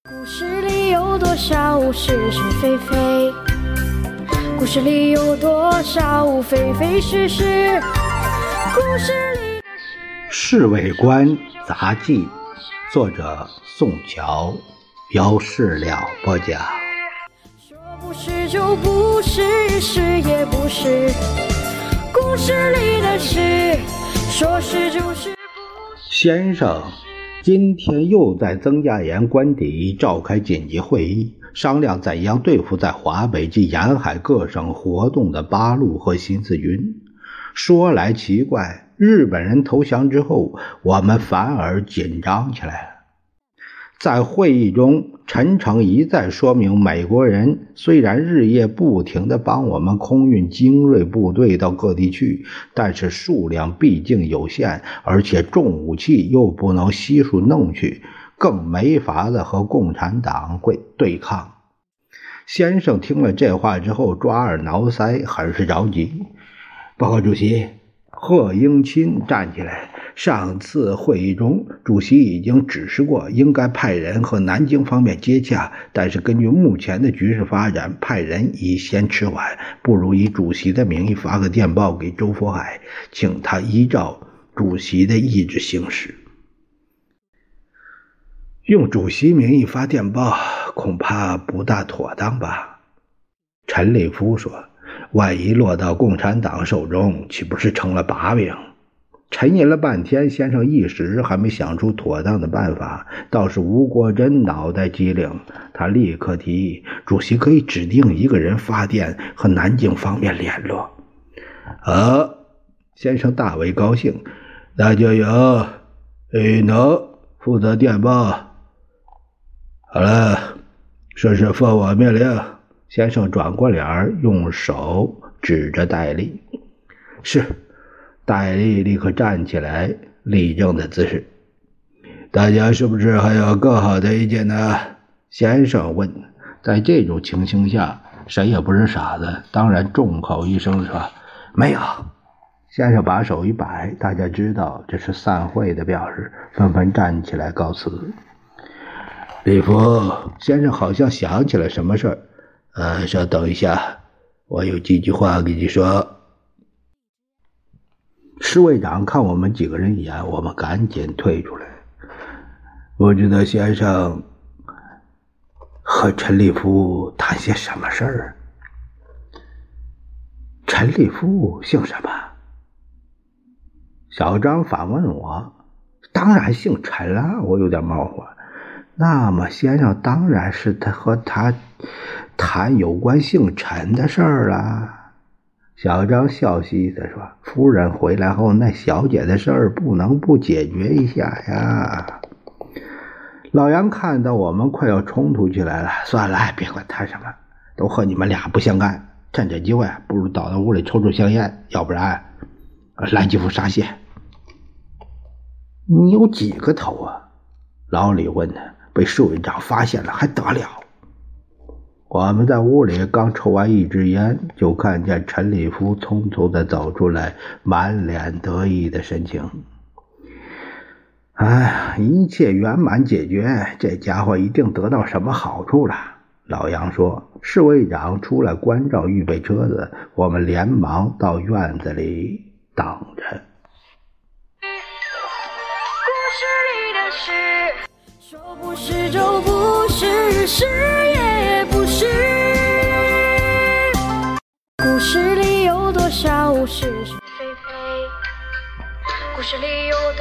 故事里有多少是是非非？故事里有多少非非是是？故事里的侍卫官杂记，作者宋乔，由事了播讲。 说不是就不是，是也不是。故事里的事，说是就是。 先生今天又在曾家岩官邸召开紧急会议，商量怎样对付在华北及沿海各省活动的八路和新四军。说来奇怪，日本人投降之后，我们反而紧张起来了。在会议中，陈诚一再说明，美国人虽然日夜不停地帮我们空运精锐部队到各地去，但是数量毕竟有限，而且重武器又不能悉数弄去，更没法子和共产党对抗。先生听了这话之后抓耳挠腮，很是着急。报告主席，贺应钦站起来，上次会议中主席已经指示过应该派人和南京方面接洽，但是根据目前的局势发展，派人已先迟缓，不如以主席的名义发个电报给周佛海，请他依照主席的意志行事。用主席名义发电报恐怕不大妥当吧？陈立夫说，万一落到共产党手中，岂不是成了把柄？沉吟了半天，先生一时还没想出妥当的办法，倒是吴国桢脑袋机灵，他立刻提议，主席可以指定一个人发电和南京方面联络。先生大为高兴，那就由宇能负责电报。好了，这是奉我命令。先生转过脸，用手指着戴笠。是。戴笠立刻站起来，立正的姿势。大家是不是还有更好的意见呢？先生问。在这种情形下，谁也不是傻子，当然众口一声说没有。先生把手一摆，大家知道这是散会的表示，纷纷站起来告辞。李福先生好像想起了什么事儿，稍等一下，我有几句话给你说。侍卫长看我们几个人一眼，我们赶紧退出来。不知道先生和陈立夫谈些什么事儿？陈立夫姓什么？小张反问我。当然姓陈了，我有点冒火。那么先生当然是和他谈有关姓陈的事儿了。小张笑嘻嘻地说，夫人回来后，那小姐的事儿不能不解决一下呀。老杨看到我们快要冲突起来了，算了，别管谈什么，都和你们俩不相干，趁这机会不如倒到屋里抽抽香烟，要不然来几副沙蟹。你有几个头啊？老李问他。被侍卫长发现了还得了？我们在屋里刚抽完一支烟，就看见陈立夫匆匆地走出来，满脸得意的神情。一切圆满解决，这家伙一定得到什么好处了。老杨说。侍卫长出来关照预备车子，我们连忙到院子里等着。 故事里的事，说不是就不是，是也不是。故事里有多少是是非非？故事里有